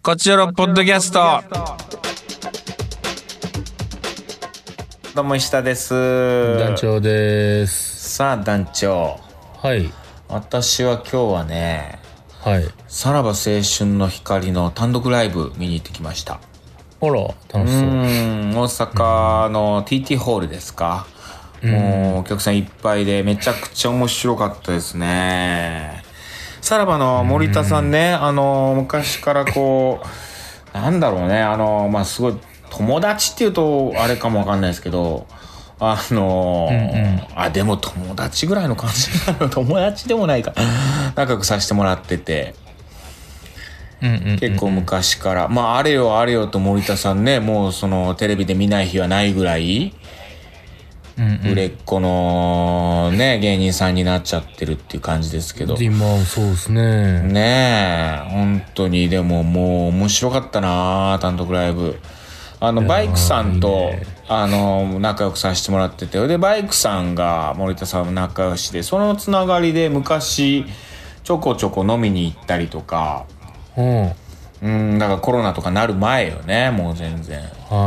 こちらのポッドキャスト。どうも石田です。 団長です。 さあ団長。 はい。 私は今日はね、 はい。 さらば青春の光の単独ライブ見に行ってきました。 あら、楽しそう。 大阪の TT ホールですか。もうお客さんいっぱいでめちゃくちゃ面白かったですね。さらばの森田さんね、昔からこうなんだろうね、すごい友達っていうとあれかもわかんないですけど、でも友達ぐらいの感じなの。友達でもないか、仲良くさせてもらってて、結構昔から、あれよあれよと森田さんね、もうそのテレビで見ない日はないぐらい売れっ子のね芸人さんになっちゃってるっていう感じですけど、 今そうですね。 ねえ本当に。でももう面白かったな、単独ライブ。バイクさんといい、ね、仲良くさせてもらってて、でバイクさんが森田さんも仲良しで、そのつながりで昔ちょこちょこ飲みに行ったりとか、だからコロナとかなる前よね、もう全然。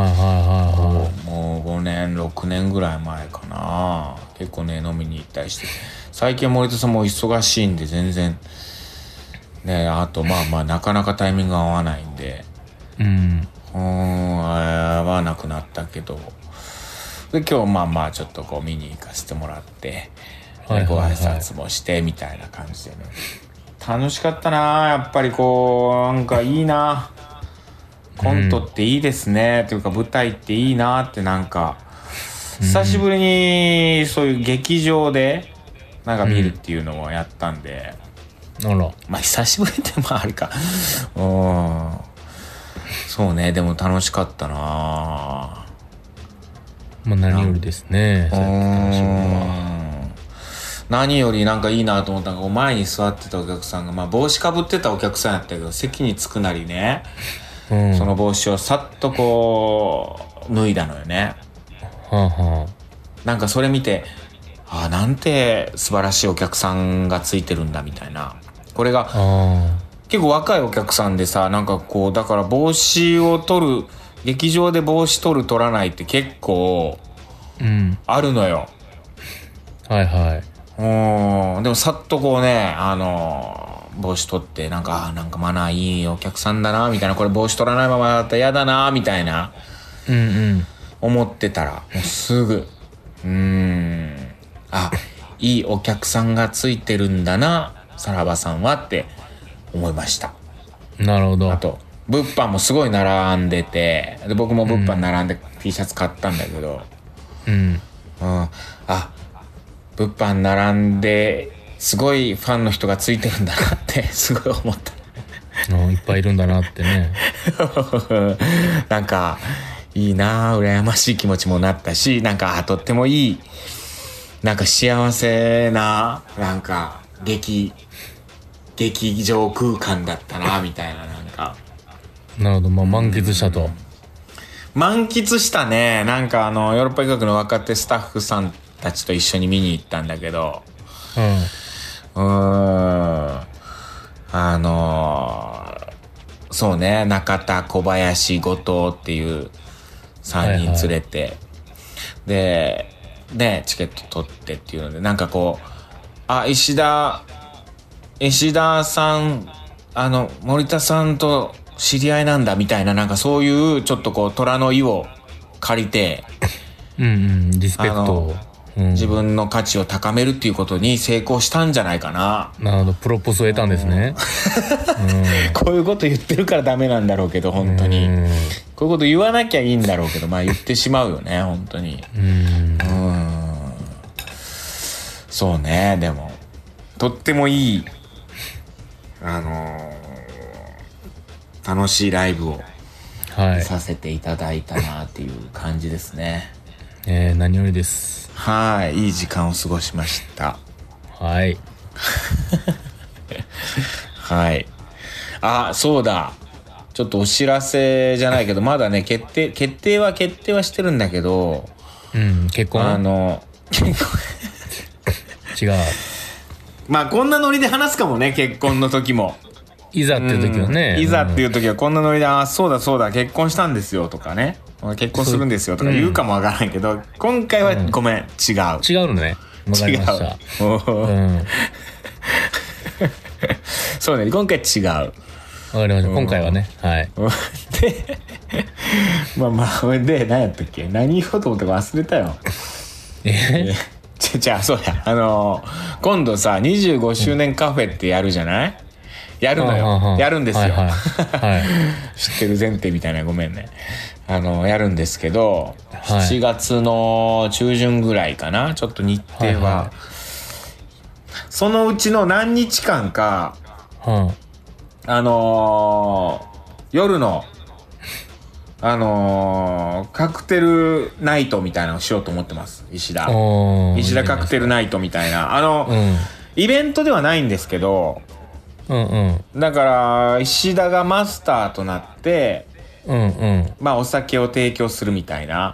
もう5年6年ぐらい前かな。結構ね飲みに行ったりして、最近森田さんも忙しいんで全然ね、あとなかなかタイミングが合わないんで合わなくなったけど、で今日ちょっとこう見に行かせてもらって、ご挨拶もしてみたいな感じでね、楽しかったな。やっぱりこうなんかいいな、コントっていいですね、というか舞台っていいなって、なんか久しぶりにそういう劇場でなんか見るっていうのもやったんで、久しぶりってあれかそうね。でも楽しかったな。 何よりですね。 何よりなんかいいなと思ったのが、前に座ってたお客さんが、帽子かぶってたお客さんやったけど、席に着くなりね、その帽子をさっとこう脱いだのよね。なんかそれ見て、なんて素晴らしいお客さんがついてるんだみたいな。これが結構若いお客さんでさ、なんかこうだから帽子を取る、劇場で帽子取る取らないって結構あるのよ。でもさっとこうね、帽子取って、なんかマナーいいお客さんだなみたいな、これ帽子取らないままだったら嫌だなみたいな、思ってたらもうすぐいいお客さんがついてるんだなさらばさんはって思いました。 なるほど。 あと物販もすごい並んでて、で僕も物販並んで T シャツ買ったんだけど、物販並んですごいファンの人がついてるんだなってすごい思った。 いっぱいいるんだなってね。 なんかいいな、羨ましい気持ちもなったし、なんかとってもいい、なんか幸せな、なんか劇場空間だったなみたいな。なんかなるほど。満喫したと。 満喫したね。なんかヨーロッパ医学の若手スタッフさんたちと一緒に見に行ったんだけど、そうね、中田、小林、後藤っていう3人連れて、でチケット取ってっていうので、なんかこう石田さん森田さんと知り合いなんだみたいな、なんかそういうちょっとこう虎の意を借りてリスペクトを、 自分の価値を高めるっていうことに成功したんじゃないかな。 なるほど。プロポスを得たんですね。 こういうこと言ってるからダメなんだろうけど、本当にこういうこと言わなきゃいいんだろうけど、言ってしまうよね本当に。そうね。でもとってもいい楽しいライブをさせていただいたなっていう感じですね。 何よりです。 いい時間を過ごしました。そうだ、ちょっとお知らせじゃないけど、まだね決定はしてるんだけど、 結婚違う。 こんなノリで話すかもね、結婚の時もいざっていう時はね、 いざっていう時はこんなノリで、あ、そうだそうだ、結婚したんですよとかね、結婚するんですよとか言うかもわからないけど、今回はごめん、違うのね。わかりました。 そうね、今回違う。 わかりました。今回はね、はい。 で、まあで何やったっけ？何言おうと思ったか忘れたよ。じゃあそうや、今度さ25周年カフェってやるじゃない？やるのよ、やるんですよ、知ってる前提みたいな、ごめんね。やるんですけど、7月の中旬ぐらいかな、ちょっと日程は、そのうちの何日間か、夜のカクテルナイトみたいなのをしようと思ってます。石田カクテルナイトみたいなイベントではないんですけど、だから石田がマスターとなって、まあお酒を提供するみたいな、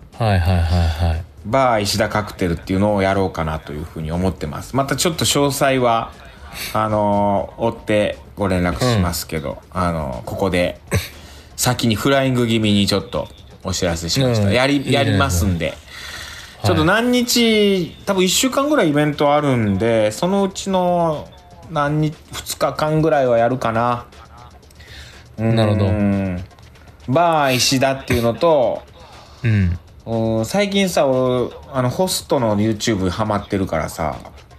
バー石田カクテルっていうのをやろうかなというふうに思ってます。またちょっと詳細は追ってご連絡しますけど、ここで先にフライング気味にちょっとお知らせしました。やりますんで、ちょっと何日、多分1週間ぐらいイベントあるんで、そのうちの2日間ぐらいはやるかな。 なるほど。 バー石田っていうのと、最近さ、ホストの YouTube ハマってるからさ、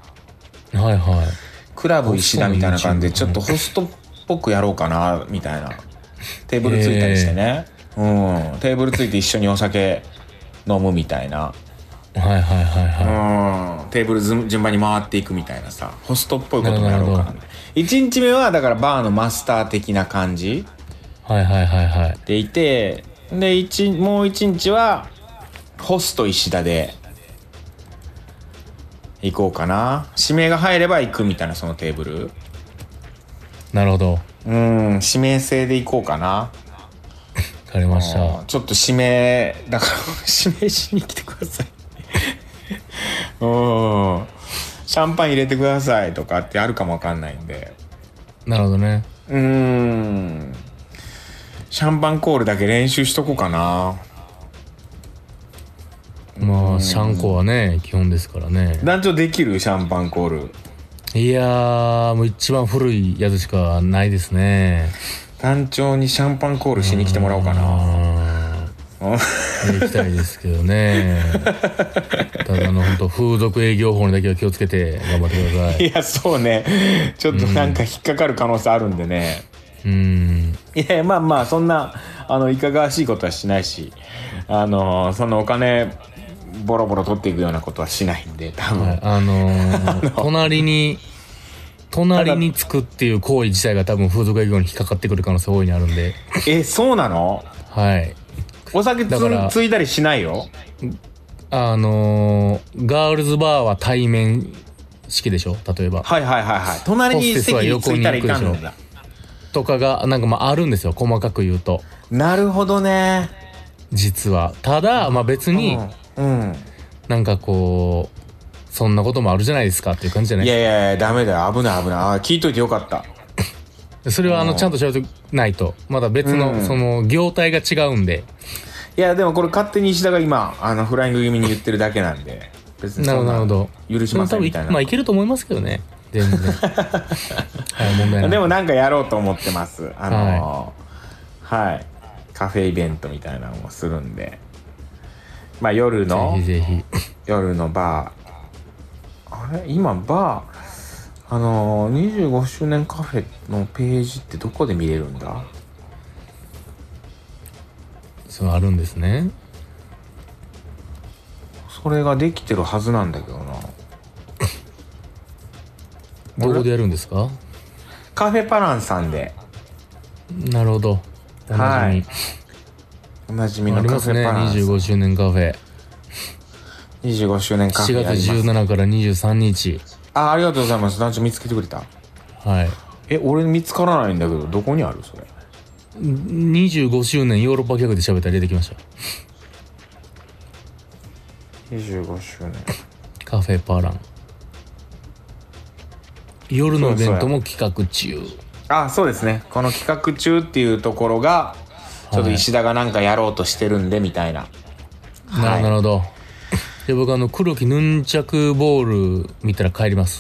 クラブ石田みたいな感じでちょっとホストっぽくやろうかなみたいな。テーブルついたりしてね、テーブルついて一緒にお酒飲むみたいな、テーブル順番に回っていくみたいなさ、ホストっぽいこともやろうかな。1日目はだからバーのマスター的な感じでいて、でもう1日はホスト石田で行こうかな。指名が入れば行くみたいな、そのテーブル。 なるほど。 指名制で行こうかな。 わかりました。 ちょっと指名だから指名しに来てください。シャンパン入れてくださいとかってあるかもわかんないんで。 なるほどね。 シャンパンコールだけ練習しとこうかな。 まあシャンコはね基本ですからね。 団長できる？シャンパンコール。 いやー、もう一番古いやつしかないですね。 団長にシャンパンコールしに来てもらおうかな。 行きたいですけどね。ただ本当風俗営業法にだけは気をつけて頑張ってください。 いや、そうね、ちょっとなんか引っかかる可能性あるんでね。いや、まあそんないかがわしいことはしないし、そのお金ボロボロ取っていくようなことはしないんで、多分、 隣につくっていう行為自体が多分風俗営業に引っかかってくる可能性大いにあるんで。 そうなの？ はい。 お酒ついだりしないよ。 ガールズバーは対面式でしょ、例えば。 隣に席についたらいかんのだとかがなんかあるんですよ、細かく言うと。 なるほどね。 実はただ別に、なんかこうそんなこともあるじゃないですかっていう感じじゃない。 いやダメだよ、危ない聞いといてよかった。 それはちゃんと調べてないとまだ別の、その業態が違うんで。 いやでもこれ勝手に石田が今フライング気味に言ってるだけなんで、別にそんな許しませんみたいな。 まあいけると思いますけどね、全然。問題ない。 でもなんかやろうと思ってます。カフェイベントみたいなのもするんで、まあ夜のバー、今バー25周年カフェのページってどこで見れるんだ？ そうあるんですね。 それができてるはずなんだけどな。 どこでやるんですか？ カフェパランさんで。 なるほど。 おなじみのカフェパランス。 ありますね、25周年カフェ。 25周年カフェやります。 4月17から23日。 ありがとうございます。団長見つけてくれた。 はい。 俺見つからないんだけど、どこにあるそれ。 25周年ヨーロッパ客で喋ったら出てきました。 25周年カフェパラン。夜のイベントも企画中。 あ、そうですね。この企画中っていうところがちょっと石田がなんかやろうとしてるんでみたいな。 なるほど。で僕黒木ヌンチャクボール見たら帰ります。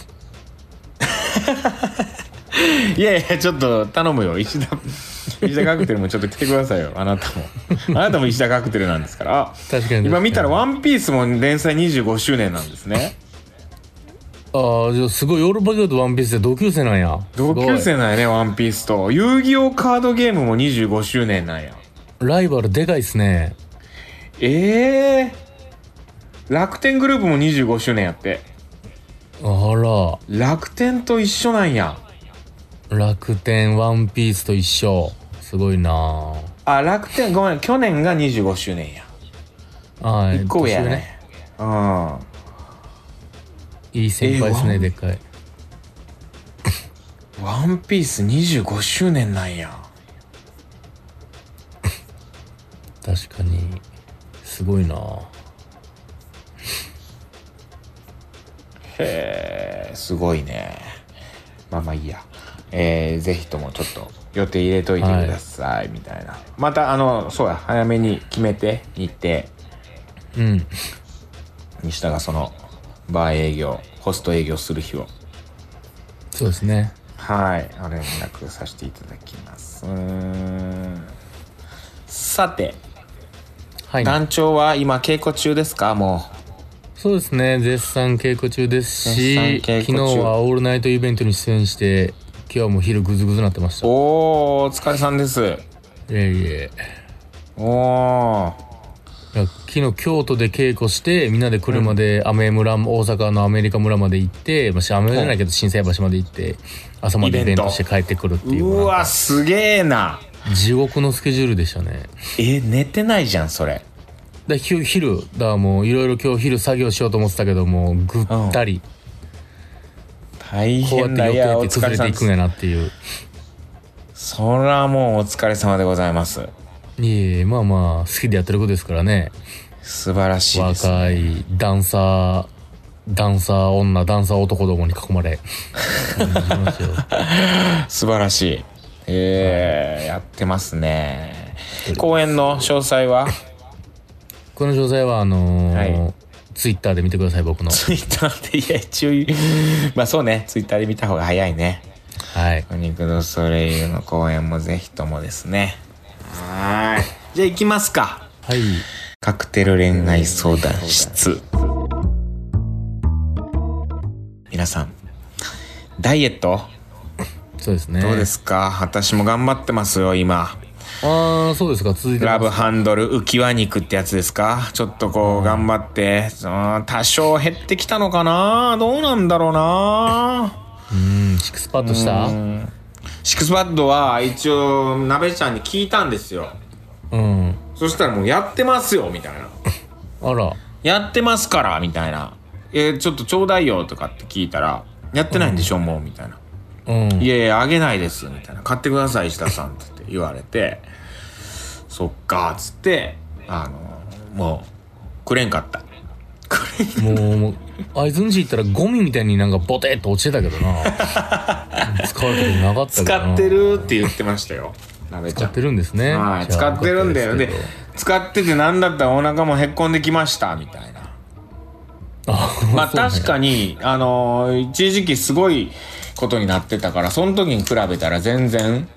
いやいや、ちょっと頼むよ。石田カクテルもちょっと来てくださいよ。あなたも石田カクテルなんですから。 確かに今見たらワンピースも連載25周年なんですね。 ああ、じゃあすごいヨーロッパ業とワンピースで同級生なんや。 同級生なんやね、ワンピースと。遊戯王カードゲームも25周年なんや。 ライバルでかいっすね。 楽天グループも25周年やって。 あら。 楽天と一緒なんや。 楽天ワンピースと一緒。すごいなあ。楽天ごめん、去年が25周年や。 ああ、 1個上やね。うん。 いい先輩ですね、でっかい。 ワンピース25周年なんや。 確かにすごいな。 へえ、すごいね。まあいいや。ぜひともちょっと予定入れといてください、みたいな。またそうや、早めに決めて日程。 うん。 西田がそのバー営業、ホスト営業する日を。 そうですね。 はい、連絡させていただきます。さて、 はい。 団長は今稽古中ですか？もそうですね、絶賛稽古中ですし、 絶賛稽古中。 昨日はオールナイトイベントに出演して、今日はもう昼グズグズなってました。 お疲れさんです。 いえ。昨日京都で稽古してみんなで車で大阪のアメリカ村まで行って、アメ村じゃないけど心斎橋まで行って朝までイベントして帰ってくるっていう。 うわすげえな。 地獄のスケジュールでしたね。 寝てないじゃんそれ。 昼だからもういろいろ今日昼作業しようと思ってたけどもぐったり、 大変だ。 こうやって予定って崩れていくんやなっていう。 そらもうお疲れ様でございます。 いえ、まあ好きでやってることですからね。 素晴らしいです、ね、 若いダンサー女ダンサー男どもに囲まれ素晴らしい。やってますね。公演の詳細は？ この詳細はツイッターで見てください。僕のツイッターで。いや注意そうね、ツイッターで見た方が早いね。 はい。 お肉のソレイユの公演もぜひともですね。はい。じゃあ行きますか。 はい。 カクテル恋愛相談室。皆さんダイエットそうですね。 どうですか？私も頑張ってますよ今。 ああ、そうですか。続いてます。 ラブハンドル浮き輪肉ってやつですか？ちょっとこう頑張って多少減ってきたのかな？どうなんだろうな。 シックスパッドした？ シックスパッドは一応鍋ちゃんに聞いたんですよ。そしたらもうやってますよみたいな。 あら。 やってますからみたいな。ちょっとちょうだいよとかって聞いたらやってないんでしょ、もうみたいな。いやいやあげないですみたいな。買ってください石田さんって言われて、そっかっつってもうくれんかった。 もうあいつんち行ったらゴミみたいになんかボテッと落ちてたけどな。使われたことなかったけどな。 使ってるって言ってましたよ。 使ってるんですね。 はい、使ってるんだよ。で使っててなんだったらお腹もへっこんできましたみたいな。確かに一時期すごいことになってたから、その時に比べたら全然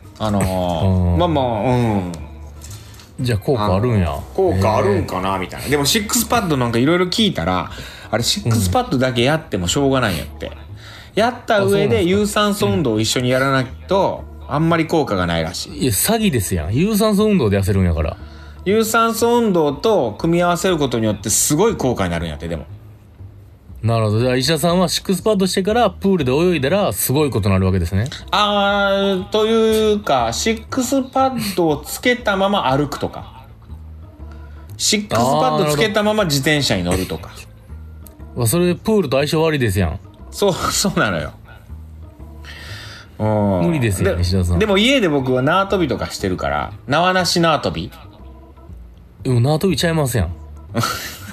じゃあ効果あるんや。 効果あるんかなみたいな。でもシックスパッドなんかいろいろ聞いたら、あれシックスパッドだけやってもしょうがないんやって。やった上で有酸素運動を一緒にやらないとあんまり効果がないらしい。 いや詐欺ですやん。有酸素運動で痩せるんやから。 有酸素運動と組み合わせることによってすごい効果になるんやって。でもなるほど。じゃあ医者さんはシックスパッドしてからプールで泳いだらすごいことになるわけですね。 というかシックスパッドをつけたまま歩くとか、シックスパッドつけたまま自転車に乗るとか。 それプールと相性悪いですやん。 そうなのよ。 無理ですよ石田さん。 でも家で僕は縄跳びとかしてるから、縄なし縄跳び。 でも縄跳びちゃいますやん。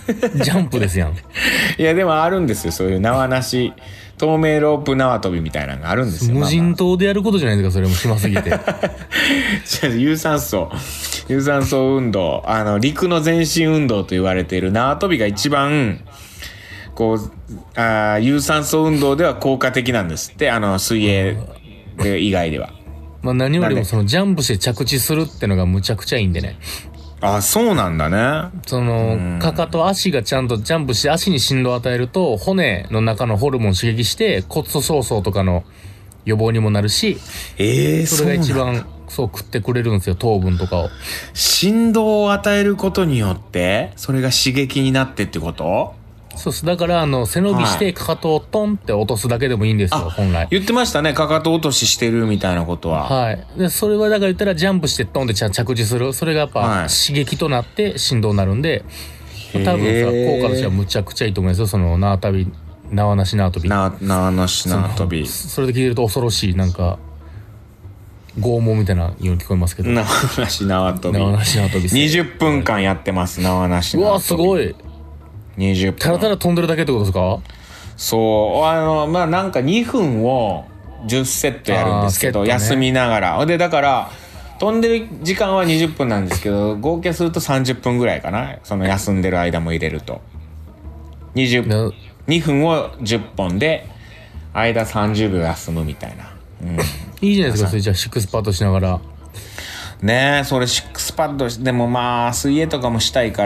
ジャンプですやん。 いやでもあるんですよ、そういう縄なし透明ロープ縄跳びみたいなのがあるんですよ。 無人島でやることじゃないですか、それも暇すぎて。 有酸素運動、陸の全身運動と言われている縄跳びが一番こう有酸素運動では効果的なんですって、水泳で以外では。 まあ何よりもそのジャンプして着地するってのがむちゃくちゃいいんでね。 あ、そうなんだね。 そのかかと足がちゃんとジャンプして足に振動を与えると骨の中のホルモンを刺激して骨粗鬆症とかの予防にもなるし、それが一番そう食ってくれるんですよ、糖分とかを。 振動を与えることによってそれが刺激になってってこと？ そうっす。だから背伸びしてかかとをトンって落とすだけでもいいんですよ、本来。 言ってましたね、かかと落とししてるみたいなことは。 はい。で、それはだから言ったらジャンプしてトンって着地する。それがやっぱ刺激となって振動になるんで、多分さ、効果としてはむちゃくちゃいいと思いますよ、その縄跳び、縄なし縄跳び。 縄なし縄跳び。 それで聞いてると恐ろしい、なんか、拷問みたいなように聞こえますけど。 縄なし縄跳び。 縄なし縄跳び。 20分間やってます、縄なし縄跳び。 うわ、すごい。 20分。 ただただ飛んでるだけってことですか？ そう、まあなんか2分を10セットやるんですけど、休みながら。で、だから、飛んでる時間は20分なんですけど、合計すると30分ぐらいかな。その休んでる間も入れると。2分を10本で、間30秒休むみたいな。 いいじゃないですか、それじゃあシックスパッドしながら。 ねえ、それシックスパッドでもまあ、水泳とかもしたいから、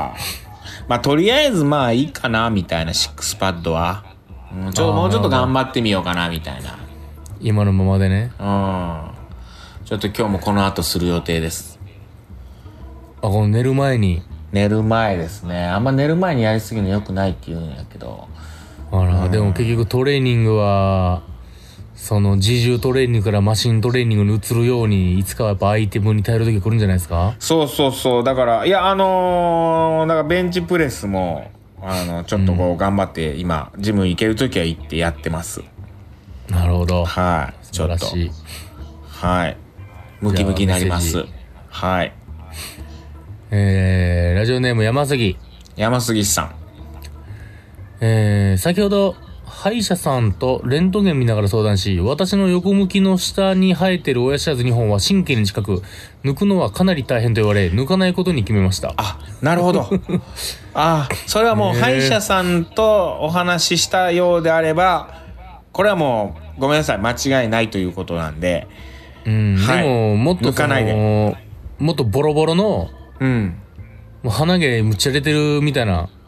まあとりあえずまあいいかなみたいな、シックスパッドはもうちょっと頑張ってみようかなみたいな。 今のままでね。 ちょっと今日もこの後する予定です。 この寝る前に。 寝る前ですね。あんま寝る前にやりすぎるの良くないって言うんやけど。 でも結局トレーニングはその自重トレーニングからマシントレーニングに移るように、いつかはやっぱアイテムに頼る時来るんじゃないですか？ そう。だから、いや、だからベンチプレスも、ちょっとこう頑張って、今、ジム行ける時は行ってやってます。 なるほど。 はい。 素晴らしい。 はい。ムキムキになります。はい。 ラジオネーム山杉さん。先ほど、歯医者さんとレントゲン見ながら相談し、私の横向きの下に生えてる親知らず2本は神経に近く、抜くのはかなり大変と言われ、抜かないことに決めました。 なるほど。それはもう歯医者さんとお話ししたようであれば、これはもうごめんなさい、間違いないということなんで。 でももっと抜かないで。 もっとボロボロの、もう鼻毛むっちゃ出てるみたいな。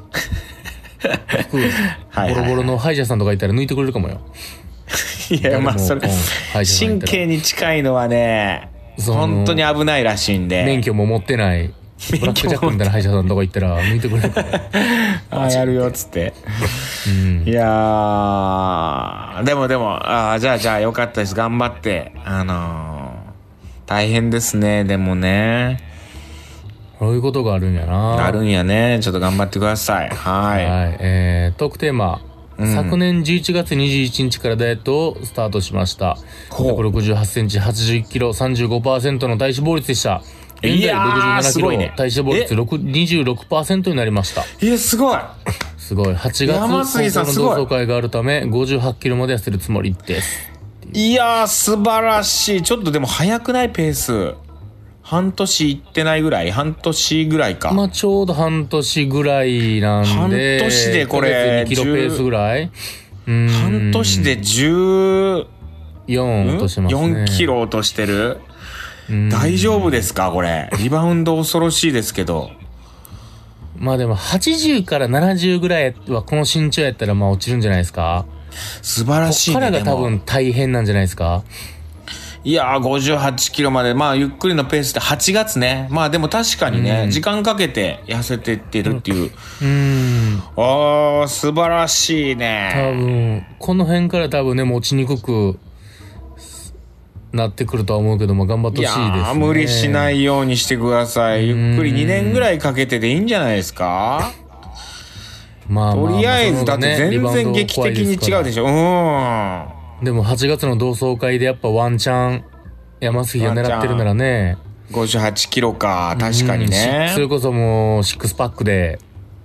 ボロボロの歯医者さんとかいたら抜いてくれるかもよ。 いや、まあそれ、神経に近いのはね、本当に危ないらしいんで。 免許も持ってない、ブラックジャックみたいな歯医者さんとか行ったら抜いてくれるかも。 やるよっつって。いやー、でも、じゃあよかったです。頑張って。大変ですね、でもね。 そういうことがあるんやな。 あるんやね。ちょっと頑張ってください。はい。 トークテーマ。昨年11月21日からダイエットをスタートしました。168センチ、81キロ、35% の体脂肪率でした。現在67キロ、体脂肪率26% になりました。 すごい。 すごい。8月山杉さんの同窓会があるため、58キロまで痩せるつもりです。 いやー、素晴らしい。ちょっとでも早くないペース。半年いってないぐらい？半年ぐらいか。 まあちょうど半年ぐらいなんで。 半年でこれ。 2キロペースぐらい？ 半年で14 落としますね。 4キロ落としてる？大丈夫ですかこれ。リバウンド恐ろしいですけど。 まあでも80から70ぐらいはこの身長やったらまあ落ちるんじゃないですか？ 素晴らしいね。 こっからが多分大変なんじゃないですか？ いやー、58キロまで、まあゆっくりのペースで8月ね。まあでも確かにね、時間かけて痩せてってるっていう。素晴らしいね。 多分、この辺から多分ね、もう落ちにくくなってくるとは思うけども、頑張ってほしいですね。 いやー、無理しないようにしてください。ゆっくり2年ぐらいかけてでいいんじゃないですか？とりあえず、だって全然劇的に違うでしょ。 でも8月の同窓会でやっぱワンチャン山杉が狙ってるならね。 58キロか、確かにね。 それこそもうシックスパックで。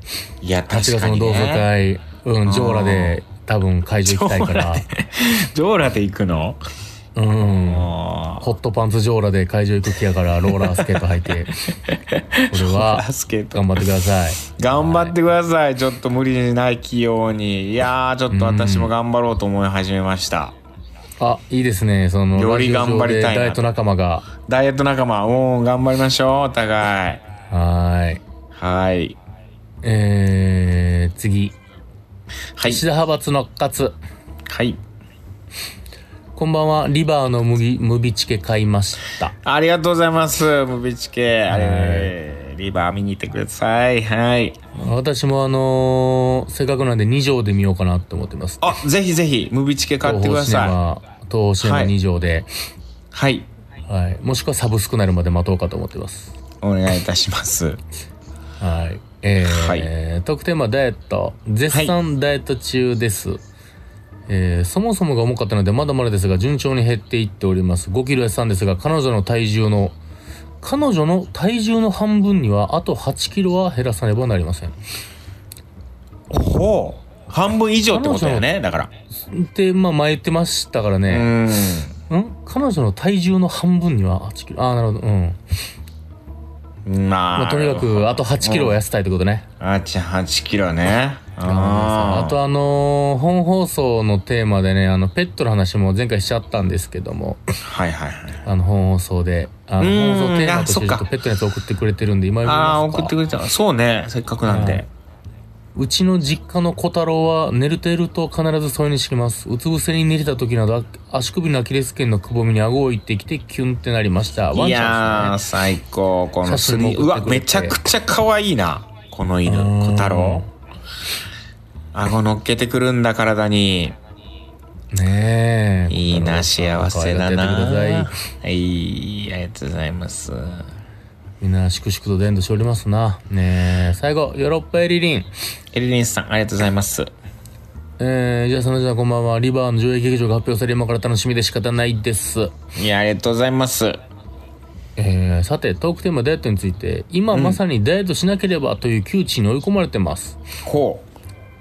いや、確 8 かにね。 月の同窓会、ジョーラで多分会場行きたいから。 ジョーラで行くの？ ホットパンツジョーラで会場行く気やから、ローラースケート履いて。これは、頑張ってください。 頑張ってください。ちょっと無理ない器用に。いやー、ちょっと私も頑張ろうと思い始めました。 あ、いいですね。その、 より頑張りたいな。 ダイエット仲間が。 ダイエット仲間、頑張りましょう、お互い。 はい。次。 はい。 石田派閥の活。 はい。 こんばんは。リバーのムビチケ買いました。 ありがとうございます。ムビチケ。リバー見に行ってください。はい。 私もせっかくなんで2錠で見ようかなと思ってます。 あ、ぜひぜひ、ムビチケ買ってください。東宝シネマ2錠で。 はい。 はい。もしくはサブスクなるまで待とうかと思ってます。 お願いいたします。 はい。特典はダイエット。絶賛ダイエット中です。そもそもが重かったのでまだまだですが順調に減っていっております。5キロ痩せたんですが彼女の体重の半分にはあと8キロは減らさねばなりません。 ほう、半分以上ってことだよね。だからで前言ってましたからね。彼女の体重の半分には8キロ。なるほど。まあとにかくあと8キロは痩せたいってことね。 8キロね。 あと本放送のテーマでねペットの話も前回しちゃったんですけども、 はい。 本放送で本放送テーマとしてちょっとペットのやつ送ってくれてるんで今読みますか。 送ってくれた。そうね、せっかくなんで。 うちの実家の小太郎は寝てると必ず添いにします。うつ伏せに寝てた時など足首のアキレス腱のくぼみに顎をいってきてキュンってなりました。 いやー、最高。このスニー、うわ、めちゃくちゃ可愛いなこの犬、小太郎。顎乗っけてくるんだ、体に。 ねえ。 いいな、幸せだな。はい、ありがとうございます。 みんな粛々と伝導しておりますな。ねえ。最後、ヨーロッパエリリン。 エリリンさん、ありがとうございます。 じゃあ、そのじゃあこんばんは。リバーの上映劇場が発表され今から楽しみで仕方ないです。 いや、ありがとうございます。 さて、トークテーマダイエットについて、今まさにダイエットしなければという窮地に追い込まれてます。 ほう。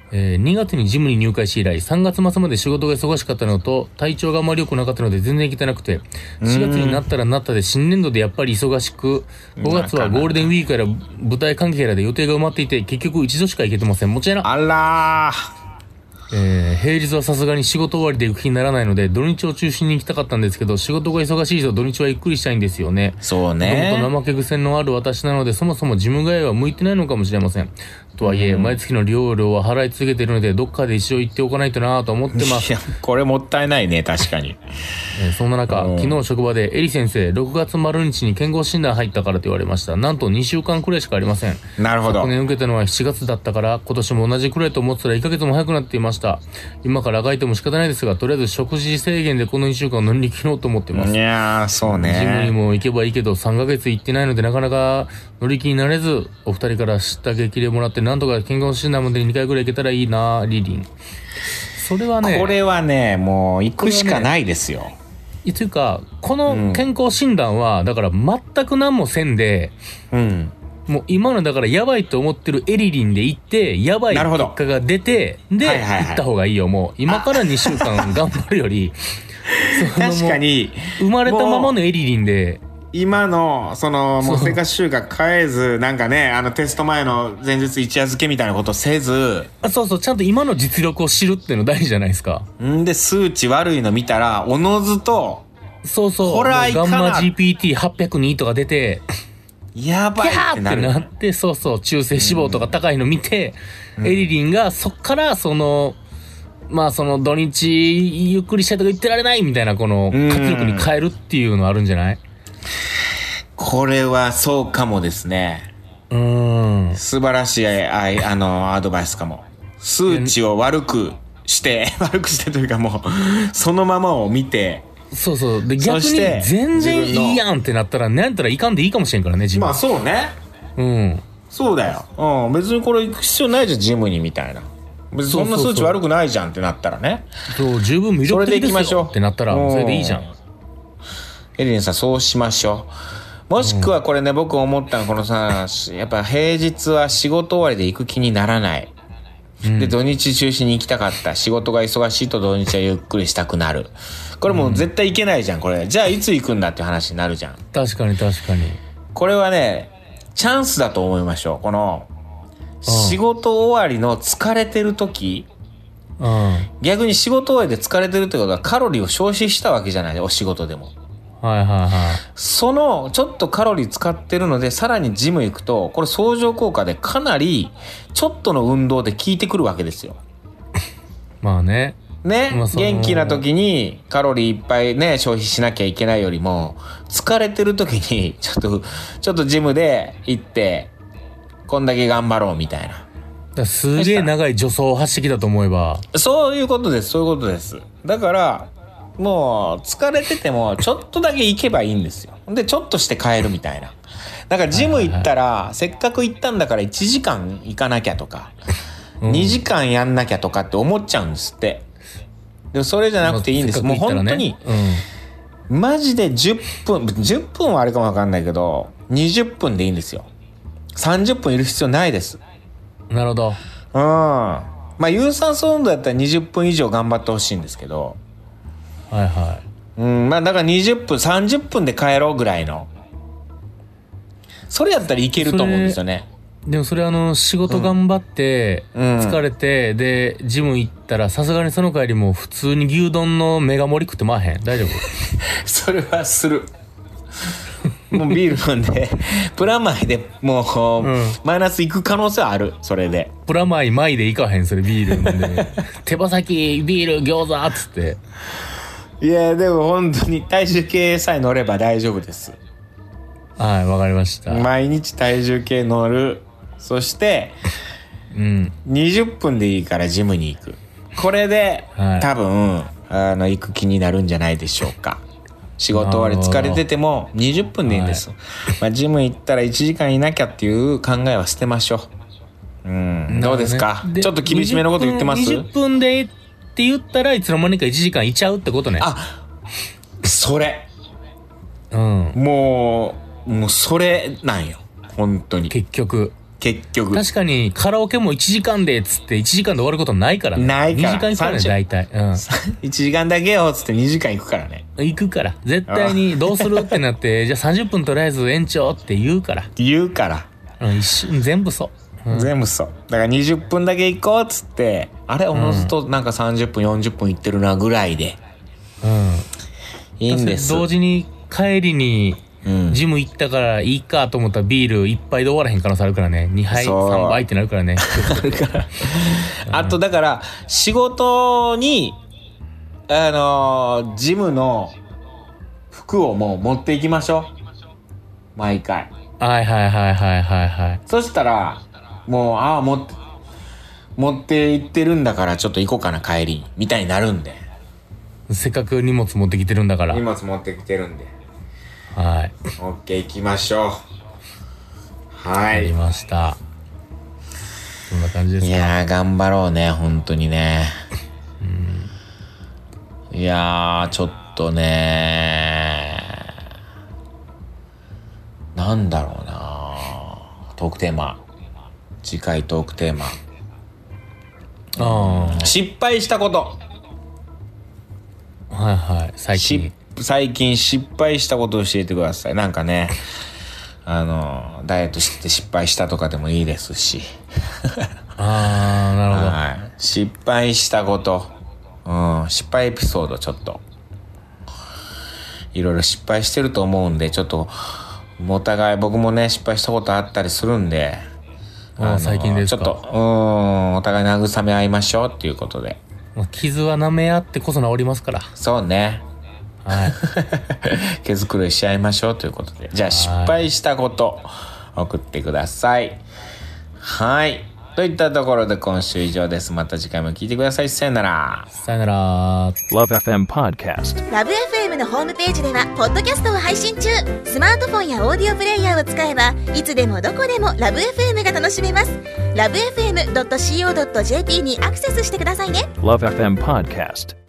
2月にジムに入会し以来3月末まで仕事が忙しかったのと体調があまり良くなかったので全然行けてなくて4月になったらなったで新年度でやっぱり忙しく5月はゴールデンウィークから舞台関係からで予定が埋まっていて結局一度しか行けてません。もちろんあらー平日はさすがに仕事終わりで行く気にならないので土日を中心に行きたかったんですけど仕事が忙しいと土日はゆっくりしたいんですよね。 そうね。 もともと怠け癖のある私なのでそもそもジム通いは向いてないのかもしれません。とはいえ毎月の利用料は払い続けているのでどっかで一生行っておかないとなと思ってます。 いやこれもったいないね、確かに。 そんな中昨日職場でエリ先生6月丸日に健康診断入ったからと言われました。なんと2週間くらいしかありません。 なるほど。 昨年受けたのは7月だったから今年も同じくらいと思ってたら1ヶ月も早くなっていました。今からあがいても仕方ないですがとりあえず食事制限でこの2週間を乗り切ろうと思ってます。 いやーそうね。 ジムにも行けばいいけど3ヶ月行ってないのでなかなか乗り気になれずお二人から知った激励もらってなんとか健康診断までに2回くらい行けたらいいなリリン。それはねこれはねもう行くしかないですよ。 というかこの健康診断はだから全く何もせんで、もう今のだからやばいと思ってるエリリンで行ってやばい結果が出てで、行った方がいいよ。もう今から2週間頑張るより確かに生まれたままのエリリンで今のもう生活習慣変えずなんかねテスト前の前日一夜漬けみたいなことせずそうちゃんと今の実力を知るっていうの大事じゃないですか。 んで数値悪いの見たらおのずとこれはいかなガンマ GPT802 とか出てやばいってなるってなって中性脂肪とか高いの見て、エリリンがそっから土日ゆっくりしたいとか言ってられないみたいなこの活力に変えるっていうのあるんじゃない？ これはそうかもですね。素晴らしいアドバイスかも。数値を悪くしてというかもうそのままを見てで逆に全然いいやんってなったらなんやったらいかんでいいかもしれんからね自分。 まあそうね。そうだよ。別にこれ行く必要ないじゃんジムにみたいな。別にそんな数値悪くないじゃんってなったらね。 十分魅力的ですよってなったらそれでいいじゃん。 エリンさんそうしましょう。 もしくはこれね、僕思ったのこのさ、やっぱ平日は仕事終わりで行く気にならない。で、土日中心に行きたかった。仕事が忙しいと土日はゆっくりしたくなる。これもう絶対行けないじゃん、これ。じゃあいつ行くんだっていう話になるじゃん。 確かに確かに。 これはね、チャンスだと思いましょう。この、仕事終わりの疲れてる時、逆に仕事終わりで疲れてるってことはカロリーを消費したわけじゃない、お仕事でも。 はいはいはい。 そのちょっとカロリー使ってるのでさらにジム行くとこれ相乗効果でかなりちょっとの運動で効いてくるわけですよ。まあね、元気な時にカロリーいっぱいね消費しなきゃいけないよりも疲れてる時にちょっとジムで行ってこんだけ頑張ろうみたいな。 すげえ長い助走を走ってきたと思えばそういうことです。だからもう疲れててもちょっとだけ行けばいいんですよ。でちょっとして帰るみたいな。だからジム行ったら、せっかく行ったんだから1時間行かなきゃとか、2時間やんなきゃとかって思っちゃうんですって。でもそれじゃなくていいんです。もう本当に、マジで10分はあれかもわかんないけど20分でいいんですよ。30分いる必要ないです。 なるほど。 まあ有酸素運動だったら20分以上頑張ってほしいんですけど、 はいはい。 まあだから20分30分で帰ろうぐらいのそれやったらいけると思うんですよね。 でもそれ仕事頑張って、疲れて、で、ジム行ったらさすがにその帰りも普通に牛丼のメガ盛り食ってまへん？大丈夫？ それはする。もうビール飲んで、プラマイでもう、マイナスいく可能性はある、それで。 プラマイ前でいかへん、それビール飲んで。手羽先、ビール、餃子っつって。 いやでも本当に体重計さえ乗れば大丈夫です。 はい、わかりました。 毎日体重計乗る。そして、20分でいいからジムに行く。これで、多分行く気になるんじゃないでしょうか。仕事終わり疲れてても20分でいいんです。まあ、ジム行ったら1時間いなきゃっていう考えは捨てましょう。どうですか？ちょっと厳しめのこと言ってます？ 20 分でって言ったらいつの間にか1時間いちゃうってことね。 それ。もうそれなんよ。本当に。 結局。確かにカラオケも1時間でっつって1時間で終わることないからね。 ないから。 2時間行くからね、大体。 1時間だけよっつって2時間行くからね。 行くから。絶対にどうするってなって、じゃあ30分とりあえず延長って言うから。一瞬、全部そう。 全部そう。だから20分だけ行こうっつって、あれおのずとなんか30分40分行ってるなぐらいで。いいんです。 同時に帰りに、ジム行ったからいいかと思ったらビール1杯で終わらへん可能性あるからね。2杯、3杯ってなるからね。 あとだから、仕事に、ジムの服をもう持っていきましょう。毎回。 はい。 そしたら、もう、持って行ってるんだからちょっと行こうかな、帰り。みたいになるんで。 せっかく荷物持ってきてるんだから。 荷物持ってきてるんで。 はい。 オッケー行きましょう。はい。 ありました。そんな感じですか。 いやー頑張ろうね、本当にね。いやーちょっとねなんだろうなトークテーマ。次回トークテーマ。失敗したこと。最近失敗したことを教えてください。なんかね、ダイエットして失敗したとかでもいいですし。 なるほど。 失敗したこと。失敗エピソードちょっと。いろいろ失敗してると思うんで、ちょっと、お互い僕もね、失敗したことあったりするんで、 最近ですか？ ちょっと、お互い慰め合いましょうっていうことで。 傷は舐め合ってこそ治りますから。 そうね。はい。毛づくろいし合いましょうということで。じゃあ失敗したこと送ってください。はい。といったところで今週以上です。また次回も聞いてください。さよなら。 さよなら。 LoveFM Podcast。LoveFM のホームページではポッドキャストを配信中。スマートフォンやオーディオプレイヤーを使えばいつでもどこでも LoveFM が楽しめます。LoveFM.co.jp にアクセスしてくださいね。LoveFM Podcast。